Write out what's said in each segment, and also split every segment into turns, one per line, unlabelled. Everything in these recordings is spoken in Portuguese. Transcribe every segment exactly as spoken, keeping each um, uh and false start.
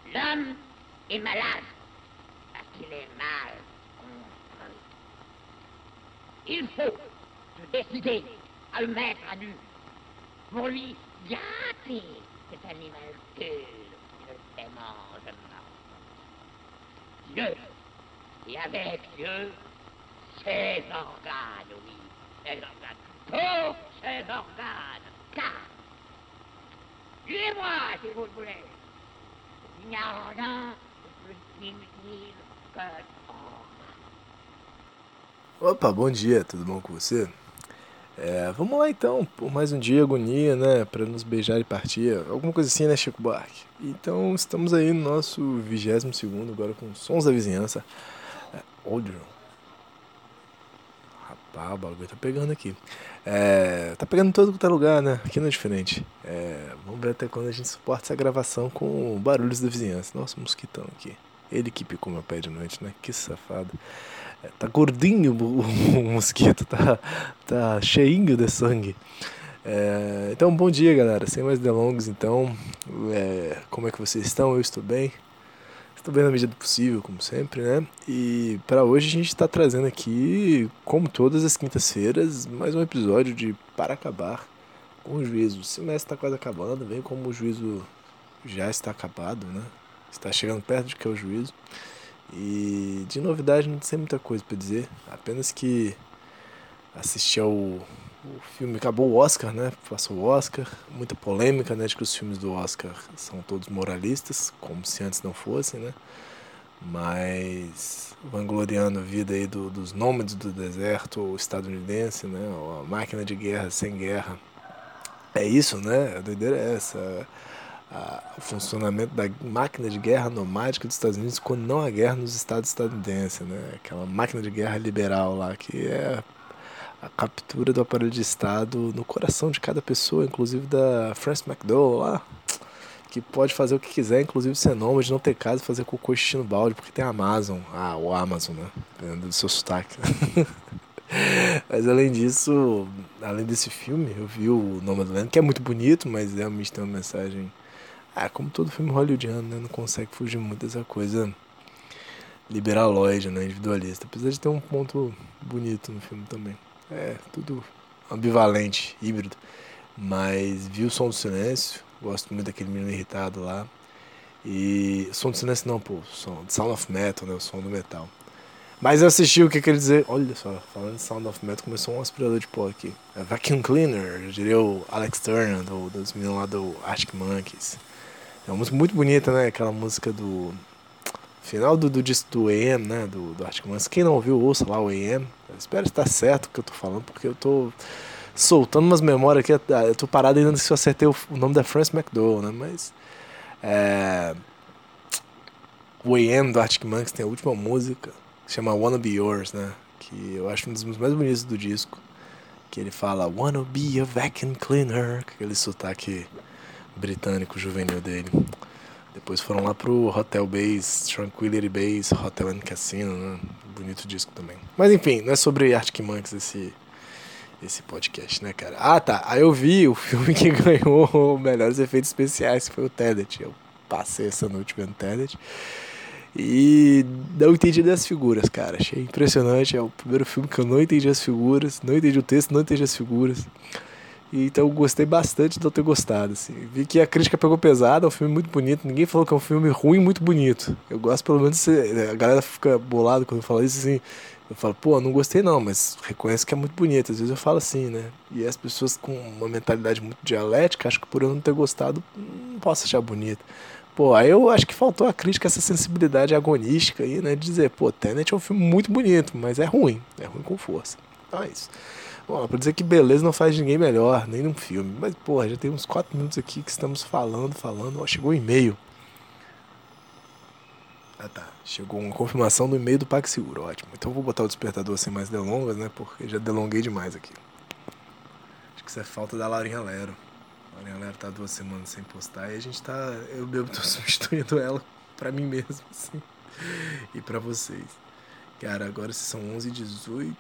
L'homme est malade parce qu'il est mal construit. Il faut se décider à le mettre à nu pour lui gâter cet animal pur qui ne se mange pas. Dieu, et avec Dieu, ses organes, oui, ses organes, tous ses organes, car, tuez-moi si vous le voulez, il n'y a rien de plus inutile que l'organe.
Opa, bom dia, tudo bom com você? É, vamos lá então, por mais um dia agonia, né, pra nos beijar e partir, alguma coisa assim, né, Chico Buarque? Então, estamos aí no nosso vigésimo segundo, agora com Sons da Vizinhança. É, áudio. Rapaz, o bagulho tá pegando aqui. É, tá pegando em todo quanto é lugar, né, aqui não é diferente. É, vamos ver até quando a gente suporta essa gravação com barulhos da vizinhança. Nossa, um mosquitão aqui. Ele que picou meu pé de noite, né, que safado. É, tá gordinho o, o mosquito, tá, tá cheinho de sangue. É, então, bom dia, galera. Sem mais delongas, então, é, como é que vocês estão? Eu estou bem. Estou bem na medida do possível, como sempre, né? E para hoje a gente está trazendo aqui, como todas as quintas-feiras, mais um episódio de Para Acabar com o Juízo. O semestre está quase acabando, vem como o juízo já está acabado, né? Está chegando perto de que é o juízo. E de novidade não tem muita coisa para dizer, apenas que assisti ao o filme, acabou o Oscar, né? Passou o Oscar, muita polêmica, né? De que os filmes do Oscar são todos moralistas, como se antes não fossem, né? Mas vangloriando a vida aí do, dos nômades do deserto estadunidense, né? A máquina de guerra sem guerra. É isso, né? A doideira é essa. A, o funcionamento da máquina de guerra nomádica dos Estados Unidos quando não há guerra nos estados estadunidenses, né? Aquela máquina de guerra liberal lá, que é a captura do aparelho de Estado no coração de cada pessoa, inclusive da Frances McDowell lá, que pode fazer o que quiser, inclusive ser nômade, não ter casa e fazer cocô e xixi no balde, porque tem a Amazon, ah, o Amazon, né? Dependendo do seu sotaque. Mas além disso, além desse filme, eu vi o Nomadland, que é muito bonito, mas realmente tem uma mensagem. Ah, como todo filme hollywoodiano, né? Não consegue fugir muito dessa coisa liberaloide, né? Individualista. Apesar de ter um ponto bonito no filme também. É, tudo ambivalente, híbrido. Mas vi o Som do Silêncio. Gosto muito daquele menino irritado lá. E... Som do Silêncio não, pô. Som, Sound of Metal, né? O som do metal. Mas eu assisti o que quer dizer. Olha só, falando de Sound of Metal, começou um aspirador de pó aqui. É Vacuum Cleaner, eu diria o Alex Turner, do, dos meninos lá do Arctic Monkeys. É uma música muito bonita, né? Aquela música do final do, do disco do A M, né? Do, do Arctic Monkeys. Quem não ouviu, ouça lá o A M. Eu espero estar certo o que eu tô falando, porque eu tô soltando umas memórias aqui. Eu tô parado ainda se eu acertei o, o nome da Frances McDowell, né? Mas é, o A M do Arctic Monkeys tem a última música, que chama Wanna Be Yours, né? Que eu acho um dos mais bonitos do disco. Que ele fala Wanna Be a Vacuum Cleaner, com aquele sotaque britânico juvenil dele. Depois foram lá pro Hotel Base, Tranquility Base, Hotel and Casino, né? Bonito disco também. Mas enfim, não é sobre Arctic Monkeys esse, esse podcast, né, cara? Ah, tá. Aí eu vi o filme que ganhou melhores efeitos especiais, que foi o Tenet. Eu passei essa noite vendo Tenet. E não entendi das figuras, cara. Achei impressionante. É o primeiro filme que eu não entendi as figuras, não entendi o texto, não entendi as figuras. E então eu gostei bastante de eu ter gostado, assim. Vi que a crítica pegou pesada, é um filme muito bonito. Ninguém falou que é um filme ruim, muito bonito. Eu gosto pelo menos de... A galera fica bolada quando eu falo isso, assim. Eu falo, pô, não gostei não, mas reconheço que é muito bonito. Às vezes eu falo assim, né? E as pessoas com uma mentalidade muito dialética, acho que por eu não ter gostado, não posso achar bonito. Pô, aí eu acho que faltou a crítica, essa sensibilidade agonística aí, né? De dizer, pô, Tenet é um filme muito bonito, mas é ruim. É ruim com força. Então é isso. Bom, pra dizer que beleza não faz ninguém melhor, nem num filme. Mas, porra, já tem uns quatro minutos aqui que estamos falando, falando. Ó, chegou um e-mail. Ah, tá. Chegou uma confirmação do e-mail do PagSeguro, ótimo. Então eu vou botar o despertador sem mais delongas, né? Porque já delonguei demais aqui. Acho que isso é falta da Laurinha Lero. A Laurinha Lero tá duas semanas sem postar e a gente tá... Eu mesmo tô substituindo ela pra mim mesmo, assim. E pra vocês. Cara, agora são onze e dezoito...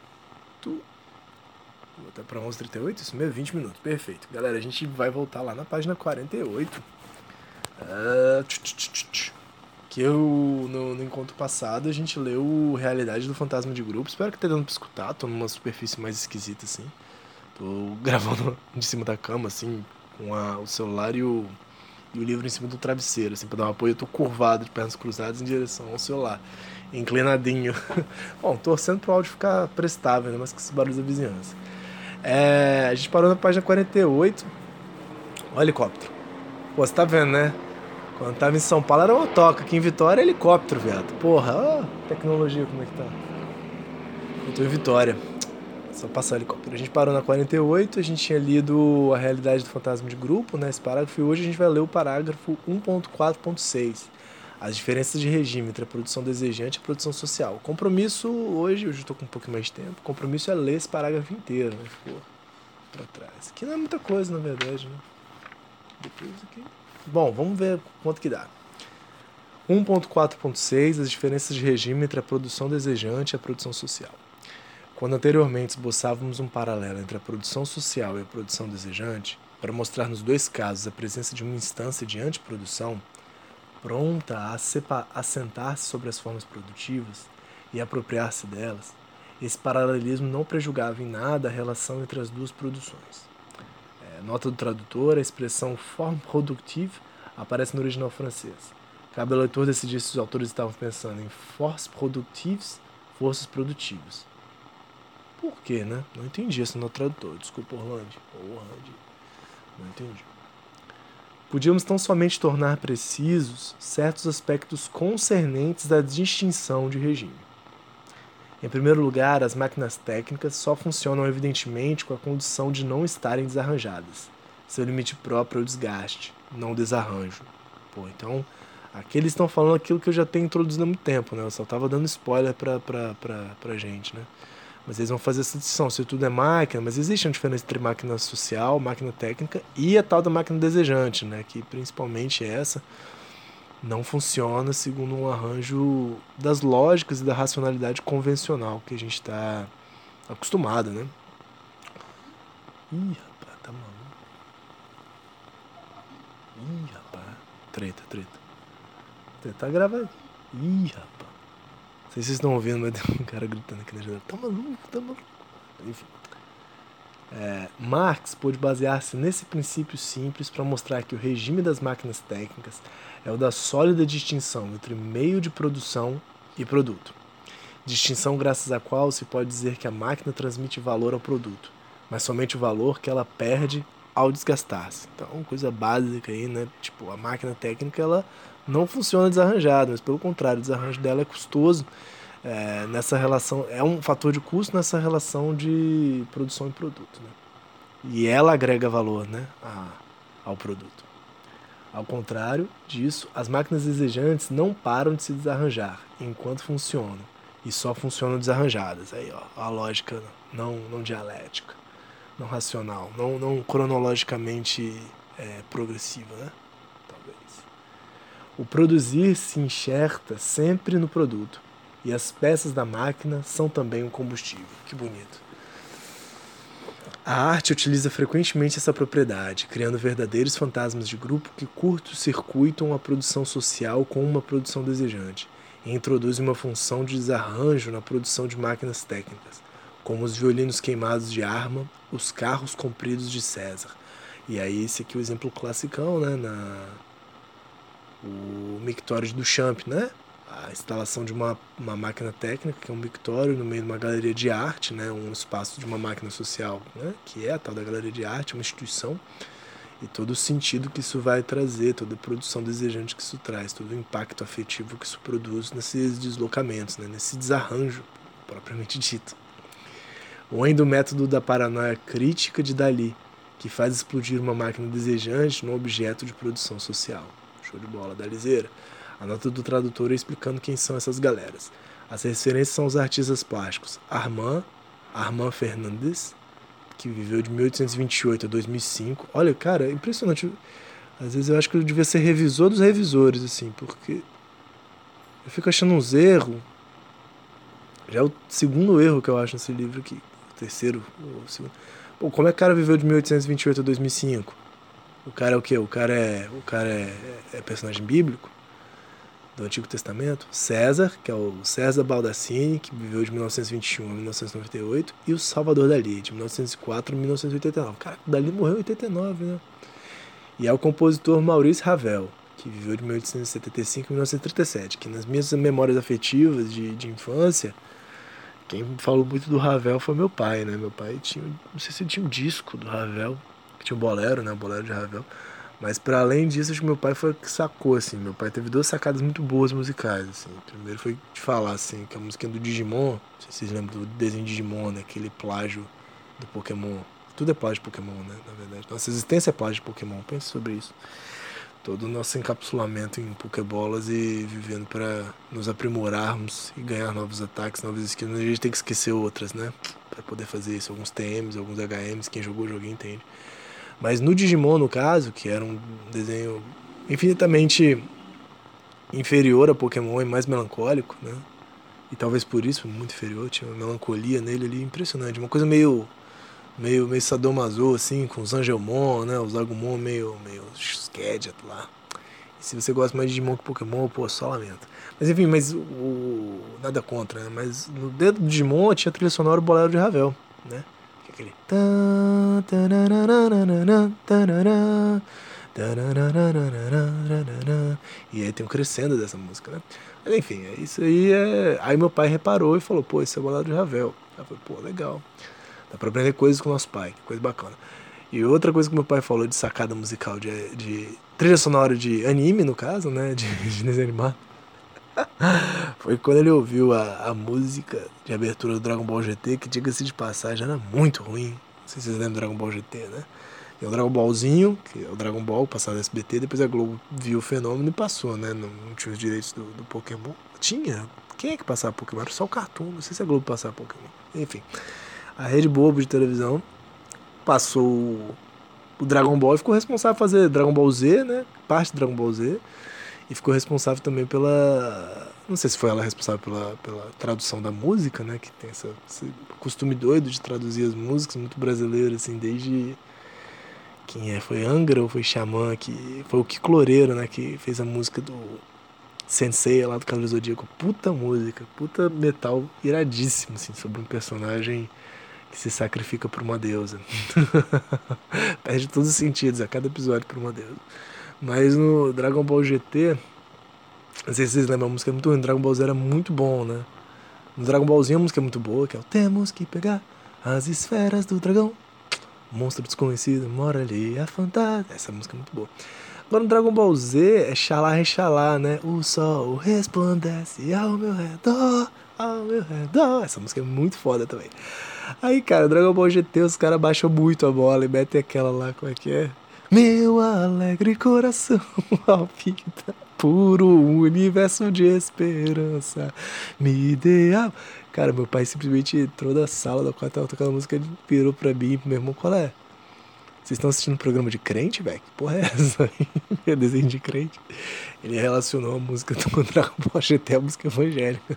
Vou botar pra onze e trinta e oito, isso mesmo, vinte minutos, perfeito. Galera, a gente vai voltar lá na página quarenta e oito. Uh, tch, tch, tch, tch. Que eu, no, no encontro passado, a gente leu Realidade do Fantasma de Grupo. Espero que esteja dando pra escutar. Tô numa superfície mais esquisita, assim. Tô gravando de cima da cama, assim, com a, o celular e o, e o livro em cima do travesseiro, assim, pra dar um apoio. Eu tô curvado de pernas cruzadas em direção ao celular, inclinadinho. Bom, torcendo pro áudio ficar prestável, né, mas com esses barulhos da vizinhança. É, a gente parou na página quarenta e oito. Olha o helicóptero. Pô, você tá vendo, né? Quando tava em São Paulo era motoca, aqui em Vitória é helicóptero, viado. Porra, ó, tecnologia como é que tá. Eu tô em Vitória. Só passar o helicóptero. A gente parou na quarenta e oito, a gente tinha lido A Realidade do Fantasma de Grupo, né, esse parágrafo, e hoje a gente vai ler o parágrafo um ponto quatro ponto seis. As diferenças de regime entre a produção desejante e a produção social. O compromisso, hoje, hoje eu tô com um pouco mais de tempo, o compromisso é ler esse parágrafo inteiro, né, ficou pra trás. Aqui não é muita coisa, na verdade, né. Depois aqui... Bom, vamos ver quanto que dá. um ponto quatro ponto seis, as diferenças de regime entre a produção desejante e a produção social. Quando anteriormente esboçávamos um paralelo entre a produção social e a produção desejante, para mostrar nos dois casos a presença de uma instância de antiprodução, pronta a assentar-se sobre as formas produtivas e apropriar-se delas, esse paralelismo não prejugava em nada a relação entre as duas produções. Nota do tradutor, a expressão forme productive aparece no original francês. Cabe ao leitor decidir se os autores estavam pensando em forces productives, forças produtivas. Por quê, né? Não entendi essa nota do tradutor. Desculpa, Orlando. Orlando. Não entendi. Podíamos tão somente tornar precisos certos aspectos concernentes à distinção de regime. Em primeiro lugar, as máquinas técnicas só funcionam evidentemente com a condição de não estarem desarranjadas. Seu limite próprio é o desgaste, não o desarranjo. Pô, então, aqui eles estão falando aquilo que eu já tenho introduzido há muito tempo, né? Eu só estava dando spoiler pra, pra, pra, pra gente, né? Mas eles vão fazer essa distinção, se tudo é máquina, mas existe uma diferença entre máquina social, máquina técnica e a tal da máquina desejante, né? Que principalmente é essa... não funciona segundo um arranjo das lógicas e da racionalidade convencional que a gente está acostumado, né? Ih, rapaz, tá maluco. Ih, rapaz. Treta, treta. Treta, tá gravado. Ih, rapaz. Não sei se vocês estão ouvindo, mas tem um cara gritando aqui na janela. Tá maluco, tá maluco. Enfim. É, Marx pôde basear-se nesse princípio simples para mostrar que o regime das máquinas técnicas é o da sólida distinção entre meio de produção e produto. Distinção graças à qual se pode dizer que a máquina transmite valor ao produto, mas somente o valor que ela perde ao desgastar-se. Então, coisa básica aí, né? Tipo, a máquina técnica ela não funciona desarranjada, mas pelo contrário, o desarranjo dela é custoso. É, nessa relação, é um fator de custo nessa relação de produção e produto, né? E ela agrega valor, né, a, ao produto. Ao contrário disso, as máquinas desejantes não param de se desarranjar enquanto funcionam e só funcionam desarranjadas. Aí, ó, a lógica não, não dialética, não racional, não, não cronologicamente é, progressiva, né? Talvez. O produzir se enxerta sempre no produto. E as peças da máquina são também um combustível. Que bonito. A arte utiliza frequentemente essa propriedade, criando verdadeiros fantasmas de grupo que curto-circuitam a produção social com uma produção desejante e introduzem uma função de desarranjo na produção de máquinas técnicas, como os violinos queimados de Arma, os carros compridos de César. E aí esse aqui é o exemplo classicão, né? Na... O mictório de Duchamp, né? A instalação de uma, uma máquina técnica, que é um mictório no meio de uma galeria de arte, né, um espaço de uma máquina social, né, que é a tal da galeria de arte, uma instituição, e todo o sentido que isso vai trazer, toda a produção desejante que isso traz, todo o impacto afetivo que isso produz nesses deslocamentos, né, nesse desarranjo, propriamente dito. Ou ainda o método da paranoia crítica de Dalí, que faz explodir uma máquina desejante num objeto de produção social. Show de bola, Dalizeira. A nota do tradutor é explicando quem são essas galeras. As referências são os artistas plásticos Armand, Armand Fernandes, que viveu de mil oitocentos e vinte e oito a dois mil e cinco. Olha, cara, é impressionante. Às vezes eu acho que eu devia ser revisor dos revisores, assim, porque eu fico achando uns erros. Já é o segundo erro que eu acho nesse livro aqui. O terceiro, o segundo. Pô, como é que o cara viveu de mil oitocentos e vinte e oito a dois mil e cinco? O cara é o quê? O cara é, o cara é, é personagem bíblico do Antigo Testamento. César, que é o César Baldassini, que viveu de mil novecentos e vinte e um a mil novecentos e noventa e oito, e o Salvador Dalí, de mil novecentos e quatro a mil novecentos e oitenta e nove. Cara, o Dalí morreu em oitenta e nove, né? E é o compositor Maurice Ravel, que viveu de mil oitocentos e setenta e cinco a mil novecentos e trinta e sete, que nas minhas memórias afetivas de, de infância, quem falou muito do Ravel foi meu pai, né? Meu pai tinha, não sei se ele tinha um disco do Ravel, que tinha um bolero, né? Um bolero de Ravel. Mas para além disso, acho que meu pai foi que sacou, assim. Meu pai teve duas sacadas muito boas musicais, assim. Primeiro foi de falar, assim, que a música do Digimon, não sei se vocês lembram do desenho Digimon, né? Aquele plágio do Pokémon. Tudo é plágio de Pokémon, né? Na verdade. Nossa existência é plágio de Pokémon. Pense sobre isso. Todo o nosso encapsulamento em Pokébolas e vivendo para nos aprimorarmos e ganhar novos ataques, novas skills. A gente tem que esquecer outras, né? Para poder fazer isso. Alguns T Ms, alguns H Ms. Quem jogou o joguinho entende. Mas no Digimon, no caso, que era um desenho infinitamente inferior a Pokémon e mais melancólico, né? E talvez por isso, muito inferior, tinha uma melancolia nele ali impressionante. Uma coisa meio meio, meio sadomaso, assim, com os Angelmon, né? Os Agumon meio, meio Skadget lá. E se você gosta mais de Digimon que Pokémon, pô, só lamento. Mas enfim, mas o... nada contra, né? Mas no dedo do Digimon tinha a trilha sonora do Bolero de Ravel, né? Aquele... E aí tem um crescendo dessa música, né? Mas enfim, isso aí é... Aí meu pai reparou e falou, pô, isso é o Bolero de Ravel. Aí eu falei, pô, legal. Dá pra aprender coisas com o nosso pai, que coisa bacana. E outra coisa que meu pai falou de sacada musical, de, de trilha sonora de anime, no caso, né? De, de desenho animado. Foi quando ele ouviu a, a música de abertura do Dragon Ball G T, que, diga-se de passagem, era muito ruim. Não sei se vocês lembram do Dragon Ball G T, né? Tem o Dragon Ballzinho, que é o Dragon Ball, passado no S B T, depois a Globo viu o fenômeno e passou, né? Não, não tinha os direitos do, do Pokémon. Tinha? Quem é que passava Pokémon? Era só o Cartoon, não sei se a Globo passava Pokémon. Enfim, a Rede Globo de televisão passou o, o Dragon Ball e ficou responsável por fazer Dragon Ball Z, né? Parte do Dragon Ball Z. E ficou responsável também pela... Não sei se foi ela responsável pela, pela tradução da música, né? Que tem essa, esse costume doido de traduzir as músicas, muito brasileiro, assim, desde... Quem é? Foi Angra ou foi Xamã? Que foi o Kiko Loureiro, né? Que fez a música do Sensei lá do Cavaleiro Zodíaco. Puta música, puta metal iradíssimo, assim, sobre um personagem que se sacrifica por uma deusa. Perde todos os sentidos a cada episódio por uma deusa. Mas no Dragon Ball G T, não sei se vocês lembram, a música é muito ruim. No Dragon Ball Z era muito bom, né? No Dragon Ballzinho a música é muito boa, que é o Temos que pegar as esferas do dragão. Monstro desconhecido mora ali, a fantasia. Essa música é muito boa. Agora no Dragon Ball Z é xalá, rexalá, né? O sol resplandece ao meu redor, ao meu redor. Essa música é muito foda também. Aí, cara, Dragon Ball G T, os caras baixam muito a bola e metem aquela lá, como é que é? Meu alegre coração palpita por um universo de esperança. Me dê a... Cara, meu pai simplesmente entrou da sala da qual tava tocando a música, ele virou pra mim e pro meu irmão, qual é? Vocês estão assistindo um programa de crente, velho? Que porra é essa? Meu desenho de crente. Ele relacionou a música do Dragon Ball G T à música evangélica.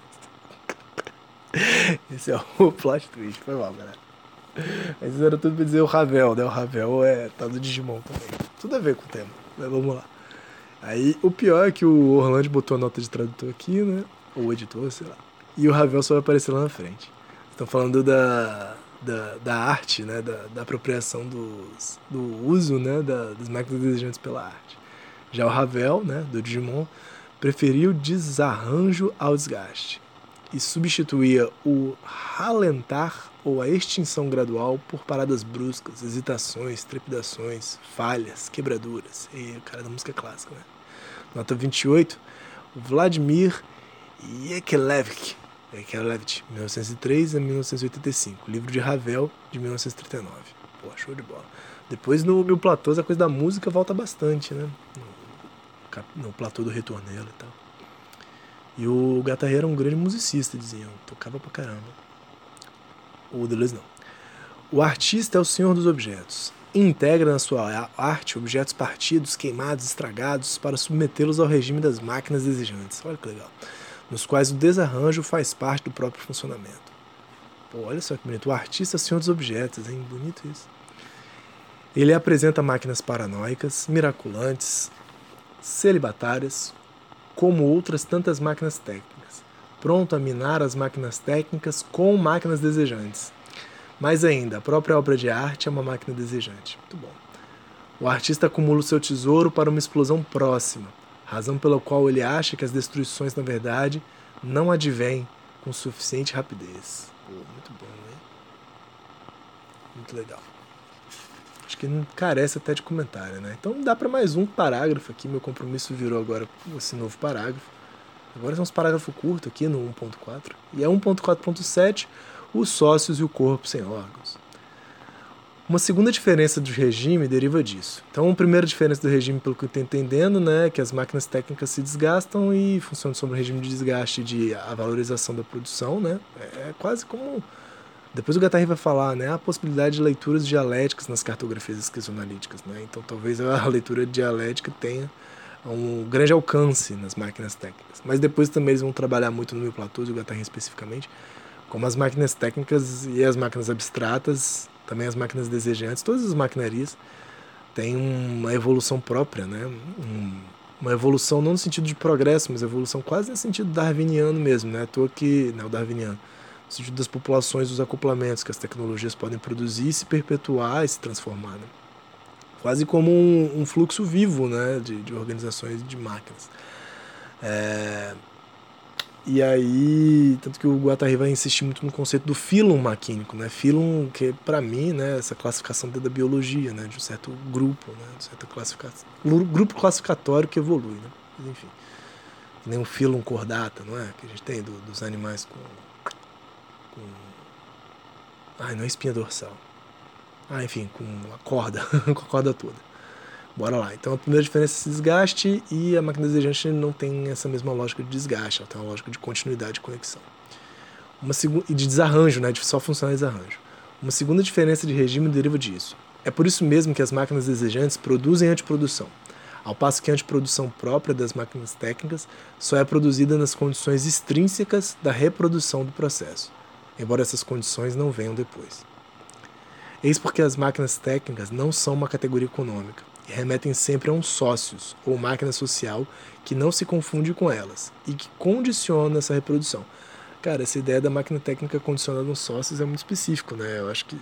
Esse é o plot twist, foi mal, galera. Mas isso era tudo pra dizer o Ravel, né? O Ravel é tá do Digimon também. Tudo a ver com o tema, mas vamos lá. Aí o pior é que o Orlando botou a nota de tradutor aqui, né? Ou o editor, sei lá. E o Ravel só vai aparecer lá na frente. Estão falando da, da, da arte, né? Da, da apropriação dos, do uso, né? Da, das máquinas desejantes pela arte. Já o Ravel, né? Do Digimon, preferiu desarranjo ao desgaste e substituía o ralentar ou a extinção gradual por paradas bruscas, hesitações, trepidações, falhas, quebraduras. E o cara da música clássica, né? Nota vinte e oito, Vladimir Yakelevich, Yakelevich, mil novecentos e três a mil novecentos e oitenta e cinco, livro de Ravel, de mil novecentos e trinta e nove. Pô, show de bola. Depois no Mil Platôs a coisa da música volta bastante, né? No, no platô do Retornelo e tal. E o Gattaher era um grande musicista, diziam. Tocava pra caramba. O Deleuze não. O artista é o senhor dos objetos. Integra na sua arte objetos partidos, queimados, estragados, para submetê-los ao regime das máquinas desejantes. Olha que legal. Nos quais o desarranjo faz parte do próprio funcionamento. Pô, olha só que bonito. O artista é o senhor dos objetos, hein? Bonito isso. Ele apresenta máquinas paranoicas, miraculantes, celibatárias, como outras tantas máquinas técnicas, pronto a minar as máquinas técnicas com máquinas desejantes. Mais ainda, a própria obra de arte é uma máquina desejante. Muito bom. O artista acumula o seu tesouro para uma explosão próxima, razão pela qual ele acha que as destruições, na verdade, não advêm com suficiente rapidez. Pô, muito bom, né? Muito legal. Acho que não carece até de comentário, né? Então dá para mais um parágrafo aqui. Meu compromisso virou agora esse novo parágrafo. Agora são uns parágrafos curtos aqui no um ponto quatro. E é um ponto quatro ponto sete, os sócios e o corpo sem órgãos. Uma segunda diferença do regime deriva disso. Então, a primeira diferença do regime, pelo que eu estou entendendo, né, é que as máquinas técnicas se desgastam e funcionam sobre o regime de desgaste de a valorização da produção, né? É quase como... Depois o Guattari vai falar, né, a possibilidade de leituras dialéticas nas cartografias esquizoanalíticas, né? Então, talvez a leitura dialética tenha um grande alcance nas máquinas técnicas. Mas depois também eles vão trabalhar muito no Neoplatôs, e o Guattari especificamente, como as máquinas técnicas e as máquinas abstratas, também as máquinas desejantes, todas as maquinarias têm uma evolução própria, né? Um, uma evolução não no sentido de progresso, mas evolução quase no sentido darwiniano mesmo, né? À toa que, não, darwiniano, no sentido das populações, dos acoplamentos que as tecnologias podem produzir, se perpetuar e se transformar, né? Quase como um, um fluxo vivo, né? de, de organizações de máquinas. É... E aí, tanto que o Guattari vai insistir muito no conceito do fílum maquínico, né? Fílum, que para mim, né, essa classificação dentro da biologia, né, de um certo grupo, né, de certa classificação, grupo classificatório que evolui, né? Mas, enfim, que nem um fílum cordata, não é? Que a gente tem do, dos animais com, com, ai, não é espinha dorsal. Ah, enfim, com a corda, com a corda toda. Bora lá. Então a primeira diferença é esse desgaste, e a máquina desejante não tem essa mesma lógica de desgaste, ela tem uma lógica de continuidade de conexão. Uma segu... E de desarranjo, né? De só funcionar desarranjo. Uma segunda diferença de regime deriva disso. É por isso mesmo que as máquinas desejantes produzem antiprodução, ao passo que a antiprodução própria das máquinas técnicas só é produzida nas condições extrínsecas da reprodução do processo, embora essas condições não venham depois. Eis porque as máquinas técnicas não são uma categoria econômica, e remetem sempre a um sócios, ou máquina social, que não se confunde com elas, e que condiciona essa reprodução. Cara, essa ideia da máquina técnica condicionada a um sócios é muito específico, né? Eu acho que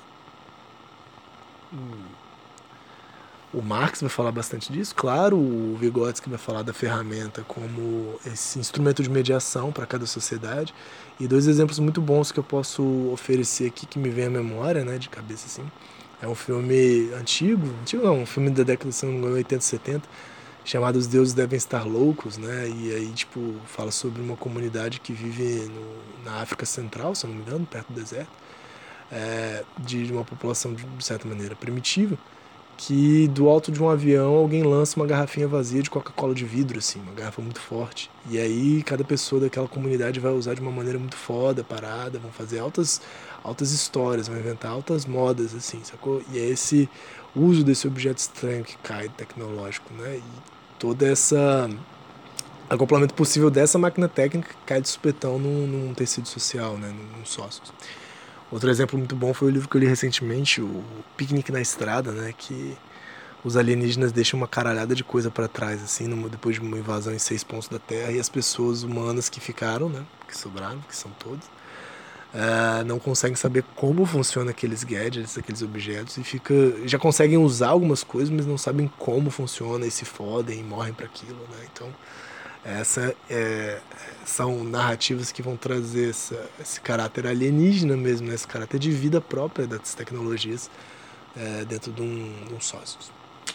o Marx vai falar bastante disso, claro, o Vygotsky vai falar da ferramenta como esse instrumento de mediação para cada sociedade, e dois exemplos muito bons que eu posso oferecer aqui, que me vem à memória, né, de cabeça assim. É um filme antigo, antigo não, um filme da década de oitenta, setenta, chamado Os Deuses Devem Estar Loucos, né? E aí, tipo, fala sobre uma comunidade que vive no, na África Central, se eu não me engano, perto do deserto, é, de uma população, de, de certa maneira, primitiva, que do alto de um avião alguém lança uma garrafinha vazia de Coca-Cola de vidro, assim, uma garrafa muito forte. E aí cada pessoa daquela comunidade vai usar de uma maneira muito foda, parada, vão fazer altas, altas histórias, vão inventar altas modas, assim, sacou? E é esse uso desse objeto estranho que cai, tecnológico, né? E toda essa acoplamento possível dessa máquina técnica que cai de supetão num, num tecido social, né? Num, num sócios. Outro exemplo muito bom foi o livro que eu li recentemente, o Piquenique na Estrada, né, que os alienígenas deixam uma caralhada de coisa para trás, assim, numa, depois de uma invasão em seis pontos da Terra, e as pessoas humanas que ficaram, né, que sobraram, que são todos, uh, não conseguem saber como funcionam aqueles gadgets, aqueles objetos, e fica, já conseguem usar algumas coisas, mas não sabem como funciona, e se fodem, e morrem para aquilo, né, então... Essa é, são narrativas que vão trazer essa, esse caráter alienígena mesmo, né? Esse caráter de vida própria das tecnologias é, dentro de um, de um sócios.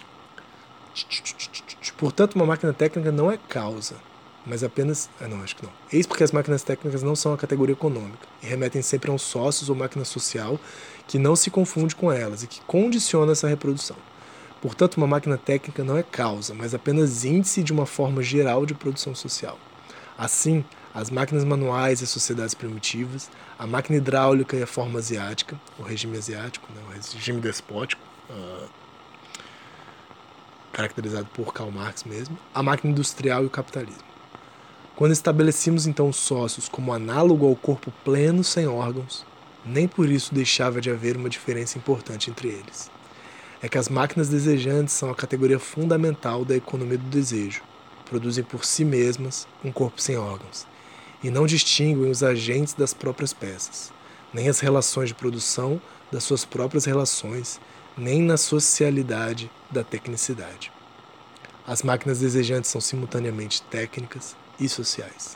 Portanto, uma máquina técnica não é causa, mas apenas... Ah, não, acho que não. Eis porque as máquinas técnicas não são a categoria econômica e remetem sempre a um sócios ou máquina social que não se confunde com elas e que condiciona essa reprodução. Portanto, uma máquina técnica não é causa, mas apenas índice de uma forma geral de produção social. Assim, as máquinas manuais e as sociedades primitivas, a máquina hidráulica e a forma asiática, o regime asiático, né, o regime despótico, uh, caracterizado por Karl Marx mesmo, a máquina industrial e o capitalismo. Quando estabelecemos então os sócios como análogo ao corpo pleno sem órgãos, nem por isso deixava de haver uma diferença importante entre eles. é que as máquinas desejantes são a categoria fundamental da economia do desejo. Produzem por si mesmas um corpo sem órgãos, e não distinguem os agentes das próprias peças, nem as relações de produção das suas próprias relações, nem na socialidade da tecnicidade. As máquinas desejantes são simultaneamente técnicas e sociais.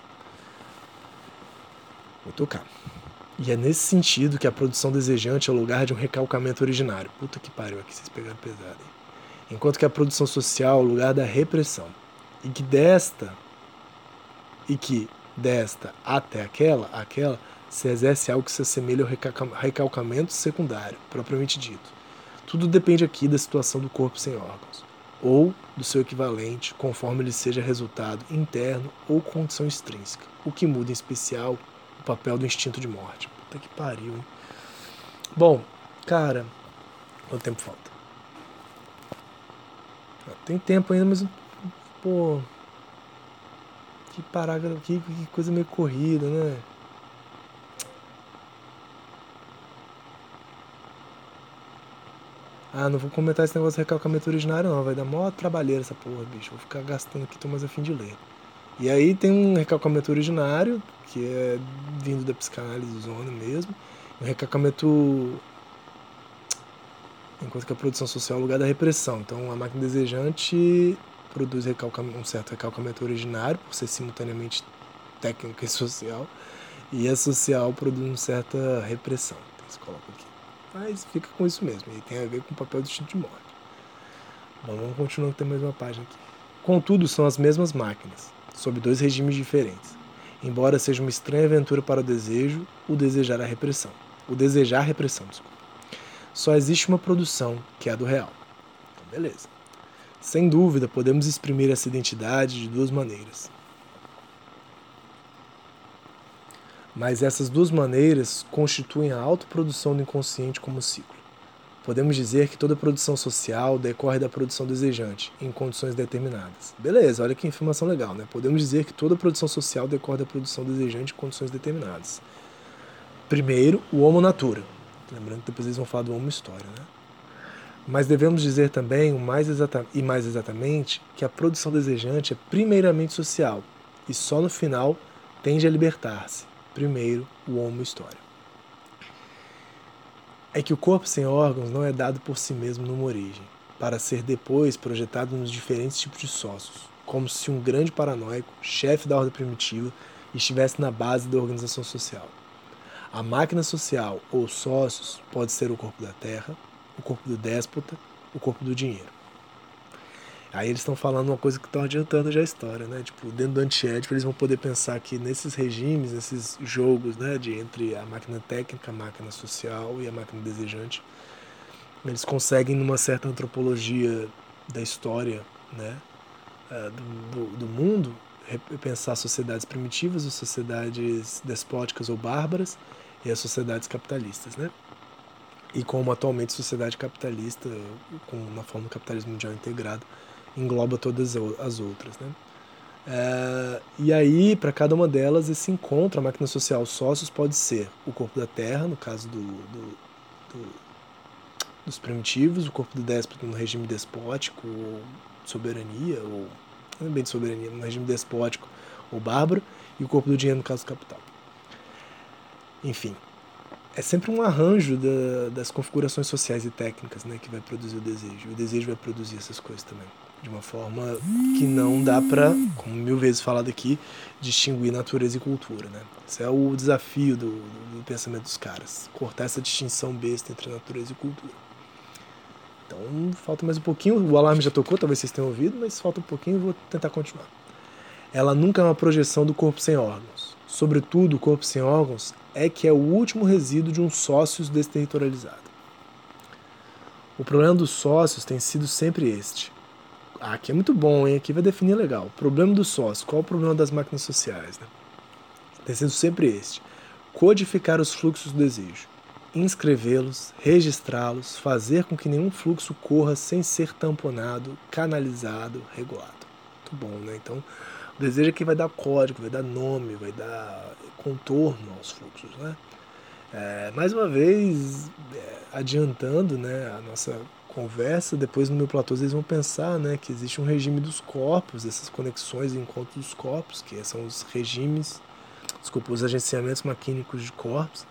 Vou tocar. E é nesse sentido que a produção desejante é o lugar de um recalcamento originário. Puta que pariu, aqui vocês pegaram pesado, hein? Enquanto que a produção social é o lugar da repressão. E que desta, e que desta até aquela, aquela, se exerce algo que se assemelha ao recalcamento secundário, propriamente dito. Tudo depende aqui da situação do corpo sem órgãos, ou do seu equivalente, conforme ele seja resultado interno ou condição extrínseca, o que muda em especial o papel do instinto de morte. Puta que pariu, hein? Bom, cara, quanto tempo falta? Tem tempo ainda, mas, pô, que parágrafo, que, que coisa meio corrida, né? Ah, não vou comentar esse negócio de recalcamento originário não, vai dar mó trabalheira essa porra, bicho. Vou ficar gastando aqui, tô mais a fim de ler. E aí tem um recalcamento originário, que é vindo da psicanálise zona mesmo. Um recalcamento... Enquanto que a produção social é o lugar da repressão. Então a máquina desejante produz um certo recalcamento originário, por ser simultaneamente técnica e social. E a social produz uma certa repressão. Então você coloca aqui. Mas fica com isso mesmo, e tem a ver com o papel do instinto de morte. Bom, vamos continuar com a mesma página aqui. Contudo, são as mesmas máquinas, sob dois regimes diferentes. Embora seja uma estranha aventura para o desejo, o desejar a repressão. O desejar a repressão, desculpa. Só existe uma produção, que é a do real. Então, beleza. Sem dúvida, podemos exprimir essa identidade de duas maneiras. Mas essas duas maneiras constituem a autoprodução do inconsciente como ciclo. Podemos dizer que toda produção social decorre da produção desejante, em condições determinadas. Beleza, olha que informação legal, né? Podemos dizer que toda produção social decorre da produção desejante em condições determinadas. Primeiro, o homo natura. Lembrando que depois eles vão falar do homo história, né? Mas devemos dizer também, o mais exata, e mais exatamente, que a produção desejante é primeiramente social, e só no final tende a libertar-se. Primeiro, o homo história. É que o corpo sem órgãos não é dado por si mesmo numa origem, para ser depois projetado nos diferentes tipos de sócios, como se um grande paranoico, chefe da ordem primitiva, estivesse na base da organização social. A máquina social, ou sócios, pode ser o corpo da terra, o corpo do déspota, o corpo do dinheiro. Aí eles estão falando uma coisa que estão adiantando já a história, né? Tipo, dentro do antiédipo eles vão poder pensar que nesses regimes, nesses jogos, né, de entre a máquina técnica, a máquina social e a máquina desejante, eles conseguem, numa certa antropologia da história, né, do, do mundo, pensar sociedades primitivas, as sociedades despóticas ou bárbaras e as sociedades capitalistas, né? E como atualmente a sociedade capitalista, com, na forma do capitalismo mundial integrado, engloba todas as outras, né? É, e aí, para cada uma delas, esse encontro, a máquina social, os sócios, pode ser o corpo da terra, no caso do, do, do, dos primitivos, o corpo do déspota no regime despótico, ou soberania, ou não é bem de soberania, no regime despótico ou bárbaro, e o corpo do dinheiro no caso do capital. Enfim, é sempre um arranjo da, das configurações sociais e técnicas, né, que vai produzir o desejo. O desejo vai produzir essas coisas também, de uma forma que não dá para, como mil vezes falado aqui, distinguir natureza e cultura, né? Esse é o desafio do, do, do pensamento dos caras, cortar essa distinção besta entre natureza e cultura. Então, falta mais um pouquinho, o alarme já tocou, talvez vocês tenham ouvido, mas falta um pouquinho e vou tentar continuar. Ela nunca é uma projeção do corpo sem órgãos. Sobretudo, o corpo sem órgãos é que é o último resíduo de um sócios desterritorializado. O problema dos sócios tem sido sempre este. Ah, aqui é muito bom, hein? Aqui vai definir legal. O problema dos sócios, qual é o problema das máquinas sociais, né? Tem sido sempre este. Codificar os fluxos do desejo. Inscrevê-los, registrá-los, fazer com que nenhum fluxo corra sem ser tamponado, canalizado, regulado. Muito bom, né? Então, o desejo aqui vai dar código, vai dar nome, vai dar contorno aos fluxos, né? É, mais uma vez, é, adiantando, né, a nossa conversa, depois no neoplatôs eles vão pensar, né, que existe um regime dos corpos, essas conexões e encontros dos corpos, que são os regimes, desculpa, os agenciamentos maquínicos de corpos,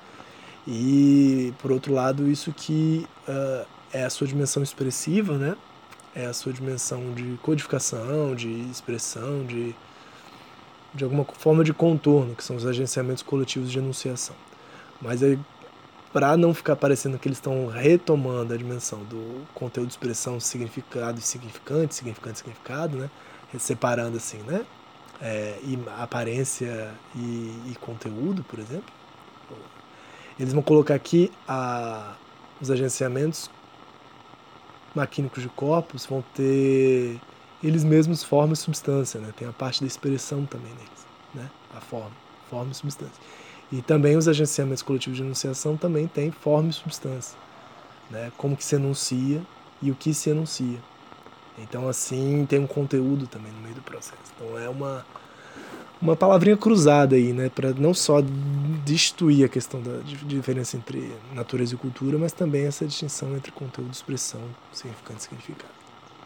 e por outro lado isso que uh, é a sua dimensão expressiva, né, é a sua dimensão de codificação, de expressão, de, de alguma forma de contorno, que são os agenciamentos coletivos de enunciação. Mas aí, para não ficar parecendo que eles estão retomando a dimensão do conteúdo de expressão, significado e significante, significante e significado, né? Separando assim, né? É, e aparência e, e conteúdo, por exemplo. Eles vão colocar aqui a, os agenciamentos maquínicos de corpos vão ter eles mesmos forma e substância, né? Tem a parte da expressão também neles, né? A forma, forma e substância. E também os agenciamentos coletivos de enunciação também têm forma e substância, né? Como que se enuncia e o que se enuncia. Então, assim, tem um conteúdo também no meio do processo. Então, é uma, uma palavrinha cruzada aí, né? Para não só destituir a questão da diferença entre natureza e cultura, mas também essa distinção entre conteúdo e expressão, significante e significado.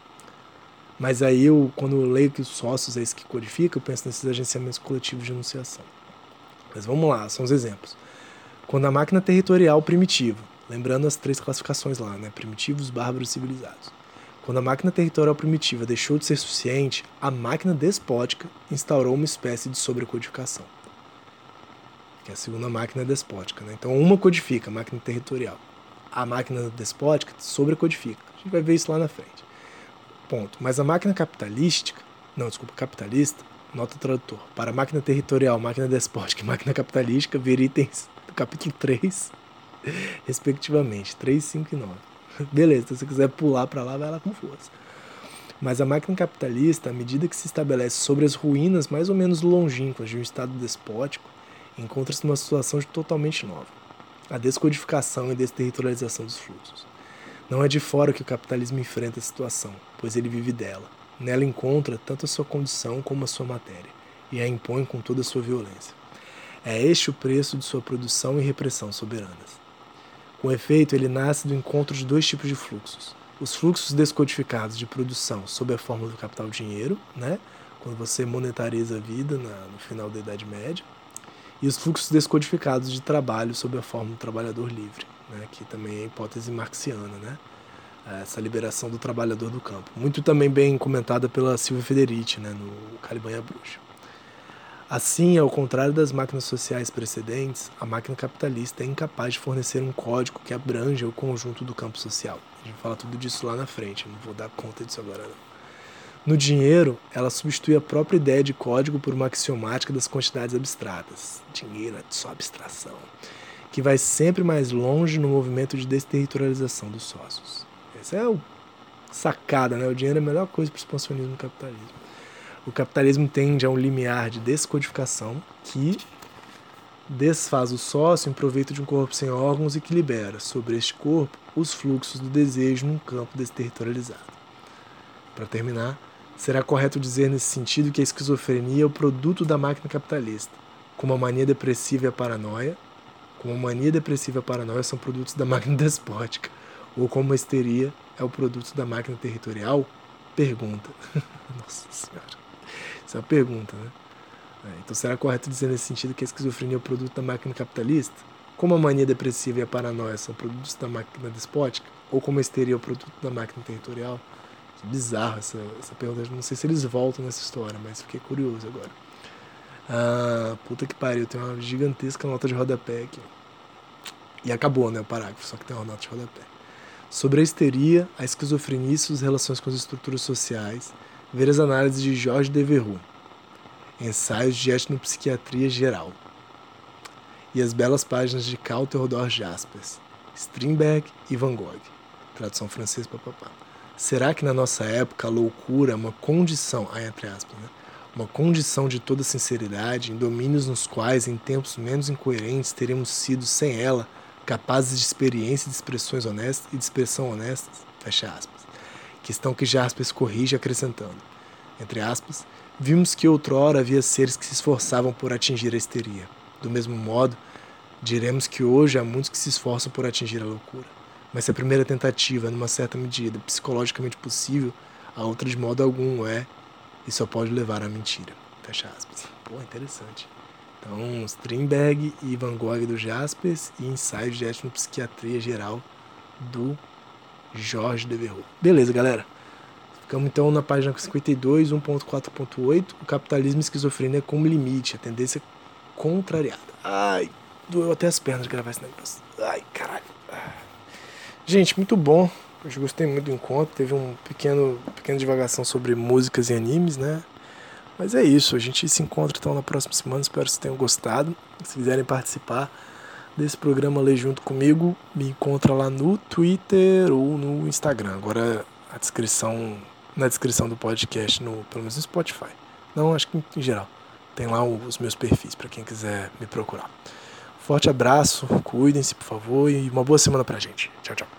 Mas aí, eu, quando eu leio que os sócios é isso que codifica, eu penso nesses agenciamentos coletivos de enunciação. Mas vamos lá, são os exemplos. Quando a máquina territorial primitiva, lembrando as três classificações lá, né? Primitivos, bárbaros e civilizados. Quando a máquina territorial primitiva deixou de ser suficiente, a máquina despótica instaurou uma espécie de sobrecodificação. Que é a segunda máquina despótica, né? Então uma codifica, a máquina territorial. A máquina despótica sobrecodifica. A gente vai ver isso lá na frente. Ponto. Mas a máquina capitalística, não, desculpa, capitalista, nota o tradutor, para a máquina territorial, máquina despótica e máquina capitalística, ver itens do capítulo três, respectivamente, três, cinco e nove. Beleza, se você quiser pular para lá, vai lá com força. Mas a máquina capitalista, à medida que se estabelece sobre as ruínas mais ou menos longínquas de um estado despótico, encontra-se numa situação totalmente nova. A descodificação e desterritorialização dos fluxos. Não é de fora que o capitalismo enfrenta a situação, pois ele vive dela. Nela encontra tanto a sua condição como a sua matéria, e a impõe com toda a sua violência. É este o preço de sua produção e repressão soberanas. Com efeito, ele nasce do encontro de dois tipos de fluxos. Os fluxos descodificados de produção sob a forma do capital-dinheiro, né? Quando você monetariza a vida na, no final da Idade Média, e os fluxos descodificados de trabalho sob a forma do trabalhador livre, né? Que também é a hipótese marxiana, né? Essa liberação do trabalhador do campo. Muito também bem comentada pela Silvia Federici, né? No Caliban e a Bruxa. Assim, ao contrário das máquinas sociais precedentes, a máquina capitalista é incapaz de fornecer um código que abranja o conjunto do campo social. A gente vai falar tudo disso lá na frente, eu não vou dar conta disso agora não. No dinheiro, ela substitui a própria ideia de código por uma axiomática das quantidades abstratas. Dinheiro é só abstração, que vai sempre mais longe no movimento de desterritorialização dos sócios. Essa é a sacada, né? O dinheiro é a melhor coisa para o expansionismo do capitalismo. O capitalismo tende a um limiar de descodificação que desfaz o sócio em proveito de um corpo sem órgãos e que libera, sobre este corpo, os fluxos do desejo num campo desterritorializado. Para terminar, será correto dizer nesse sentido que a esquizofrenia é o produto da máquina capitalista, como a mania depressiva e a paranoia, como a mania depressiva e a paranoia são produtos da máquina despótica, ou como a histeria é o produto da máquina territorial? Pergunta. Nossa Senhora. Isso é uma pergunta, né? Então, será correto dizer nesse sentido que a esquizofrenia é o produto da máquina capitalista? Como a mania depressiva e a paranoia são produtos da máquina despótica? Ou como a histeria é o produto da máquina territorial? Que bizarro essa, essa pergunta. Não sei se eles voltam nessa história, mas fiquei curioso agora. Ah, puta que pariu. Tem uma gigantesca nota de rodapé aqui. E acabou, né, o parágrafo, só que tem uma nota de rodapé. Sobre a histeria, a esquizofrenia e suas relações com as estruturas sociais, ver as análises de Georges Devereux, Ensaios de Etnopsiquiatria Geral, e as belas páginas de Carl Theodor Jaspers, Strindberg e Van Gogh, tradução francesa, papapá. Será que na nossa época a loucura é uma condição, ah, entre aspas, né? Uma condição de toda sinceridade, em domínios nos quais, em tempos menos incoerentes, teremos sido, sem ela, capazes de experiência e de expressões honestas e de expressão honestas, fecha aspas. Questão que Jaspers corrige acrescentando, entre aspas, vimos que outrora havia seres que se esforçavam por atingir a histeria. Do mesmo modo, diremos que hoje há muitos que se esforçam por atingir a loucura. Mas se a primeira tentativa, numa certa medida, psicologicamente possível, a outra de modo algum é e só pode levar à mentira. Fecha aspas. Pô, interessante. Então, Strindberg e Van Gogh do Jaspers e Ensaios de Etnopsiquiatria Geral do Jorge Devereux. Beleza, galera. Ficamos então na página cinquenta e dois, um ponto quatro ponto oito, o capitalismo e esquizofrenia como limite, a tendência contrariada. Ai, doeu até as pernas de gravar esse negócio. Ai, caralho. Gente, muito bom. Eu gostei muito do encontro. Teve um pequeno, pequena divagação sobre músicas e animes, né? Mas é isso. A gente se encontra então na próxima semana. Espero que vocês tenham gostado. Se quiserem participar desse programa, ler junto comigo, me encontra lá no Twitter ou no Instagram. Agora a descrição, na descrição do podcast, no, pelo menos no Spotify. Não, acho que em geral. Tem lá os meus perfis para quem quiser me procurar. Forte abraço, cuidem-se, por favor, e uma boa semana pra gente. Tchau, tchau.